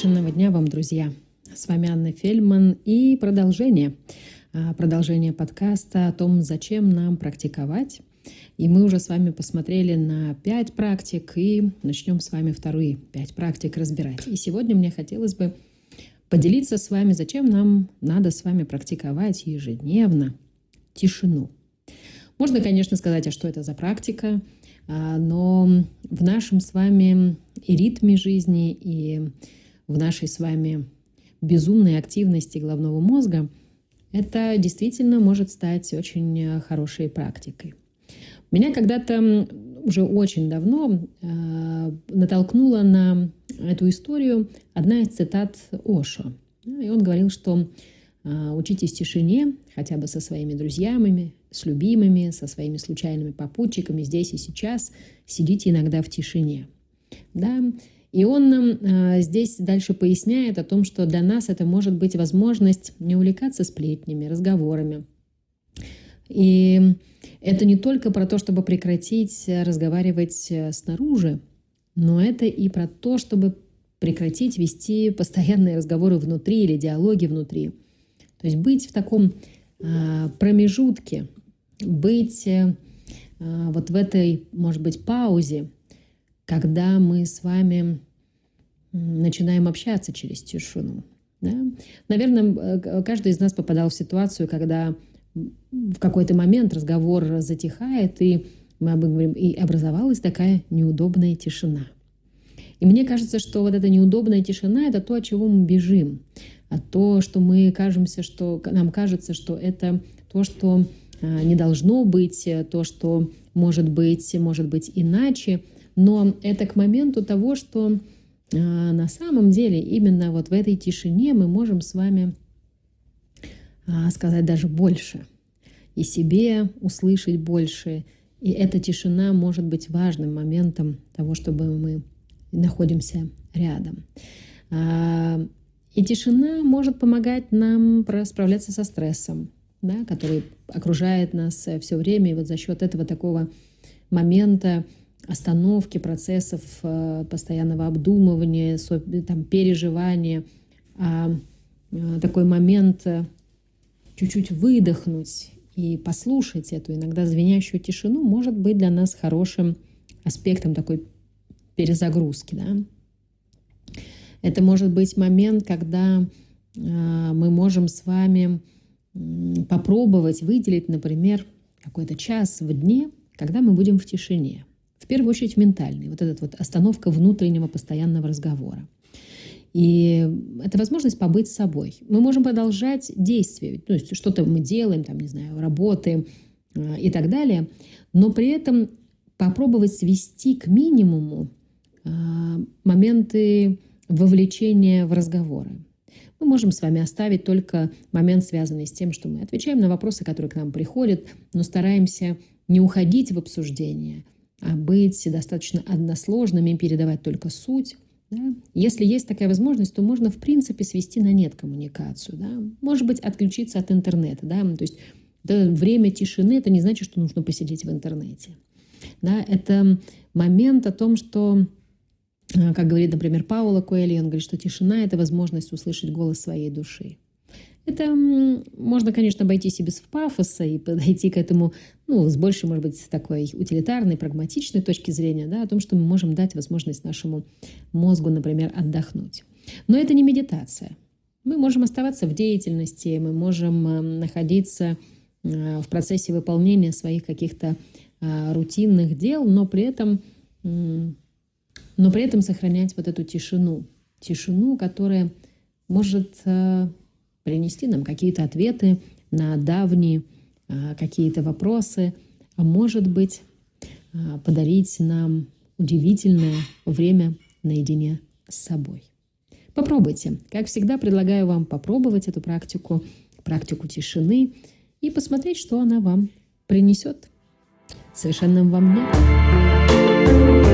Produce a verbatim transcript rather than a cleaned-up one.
Совершенного дня вам, друзья! С вами Анна Фельдман и продолжение. Продолжение подкаста о том, зачем нам практиковать. И мы уже с вами посмотрели на пять практик и начнем с вами вторые пять практик разбирать. И сегодня мне хотелось бы поделиться с вами, зачем нам надо с вами практиковать ежедневно тишину. Можно, конечно, сказать, а что это за практика, но в нашем с вами и ритме жизни, и в нашей с вами безумной активности головного мозга это действительно может стать очень хорошей практикой. Меня когда-то уже очень давно э, натолкнула на эту историю одна из цитат Ошо. И он говорил, что э, учитесь тишине хотя бы со своими друзьями, с любимыми, со своими случайными попутчиками здесь и сейчас. Сидите иногда в тишине. Да? И он нам э, здесь дальше поясняет о том, что для нас это может быть возможность не увлекаться сплетнями, разговорами. И это не только про то, чтобы прекратить разговаривать снаружи, но это и про то, чтобы прекратить вести постоянные разговоры внутри или диалоги внутри. То есть быть в таком э, промежутке, быть э, вот в этой, может быть, паузе, когда мы с вами начинаем общаться через тишину. Да? Наверное, каждый из нас попадал в ситуацию, когда в какой-то момент разговор затихает, и мы об этом говорим, и образовалась такая неудобная тишина. И мне кажется, что вот эта неудобная тишина — это то, от чего мы бежим, а то, что мы кажемся, что нам кажется, что это то, что не должно быть, то, что может быть, может быть иначе. Но это к моменту того, что э, на самом деле именно вот в этой тишине мы можем с вами э, сказать даже больше. И себе услышать больше. И эта тишина может быть важным моментом того, чтобы мы находимся рядом. Э, и тишина может помогать нам справляться со стрессом, да, который окружает нас все время. И вот за счет этого такого момента остановки процессов постоянного обдумывания, там, переживания, а такой момент чуть-чуть выдохнуть и послушать эту иногда звенящую тишину может быть для нас хорошим аспектом такой перезагрузки. Да? Это может быть момент, когда мы можем с вами попробовать выделить, например, какой-то час в дне, когда мы будем в тишине. В первую очередь ментальный, вот эта вот остановка внутреннего постоянного разговора. И это возможность побыть с собой. Мы можем продолжать действие, то есть что-то мы делаем, там, не знаю, работаем э, и так далее, но при этом попробовать свести к минимуму э, моменты вовлечения в разговоры. Мы можем с вами оставить только момент, связанный с тем, что мы отвечаем на вопросы, которые к нам приходят, но стараемся не уходить в обсуждение, а быть достаточно односложными и передавать только суть. Да? Если есть такая возможность, то можно, в принципе, свести на нет коммуникацию. Да? Может быть, отключиться от интернета. Да? То есть это время тишины, это не значит, что нужно посидеть в интернете. Да? Это момент о том, что, как говорит, например, Пауло Коэльо, он говорит, что тишина — это возможность услышать голос своей души. Это можно, конечно, обойтись и без пафоса, и подойти к этому ну, с большей, может быть, такой утилитарной, прагматичной точки зрения, да, о том, что мы можем дать возможность нашему мозгу, например, отдохнуть. Но это не медитация. Мы можем оставаться в деятельности, мы можем находиться в процессе выполнения своих каких-то рутинных дел, но при этом, но при этом сохранять вот эту тишину. Тишину, которая может принести нам какие-то ответы на давние а, какие-то вопросы, а может быть, а, подарить нам удивительное время наедине с собой. Попробуйте. Как всегда, предлагаю вам попробовать эту практику, практику тишины, и посмотреть, что она вам принесет. Совершенного вам дня!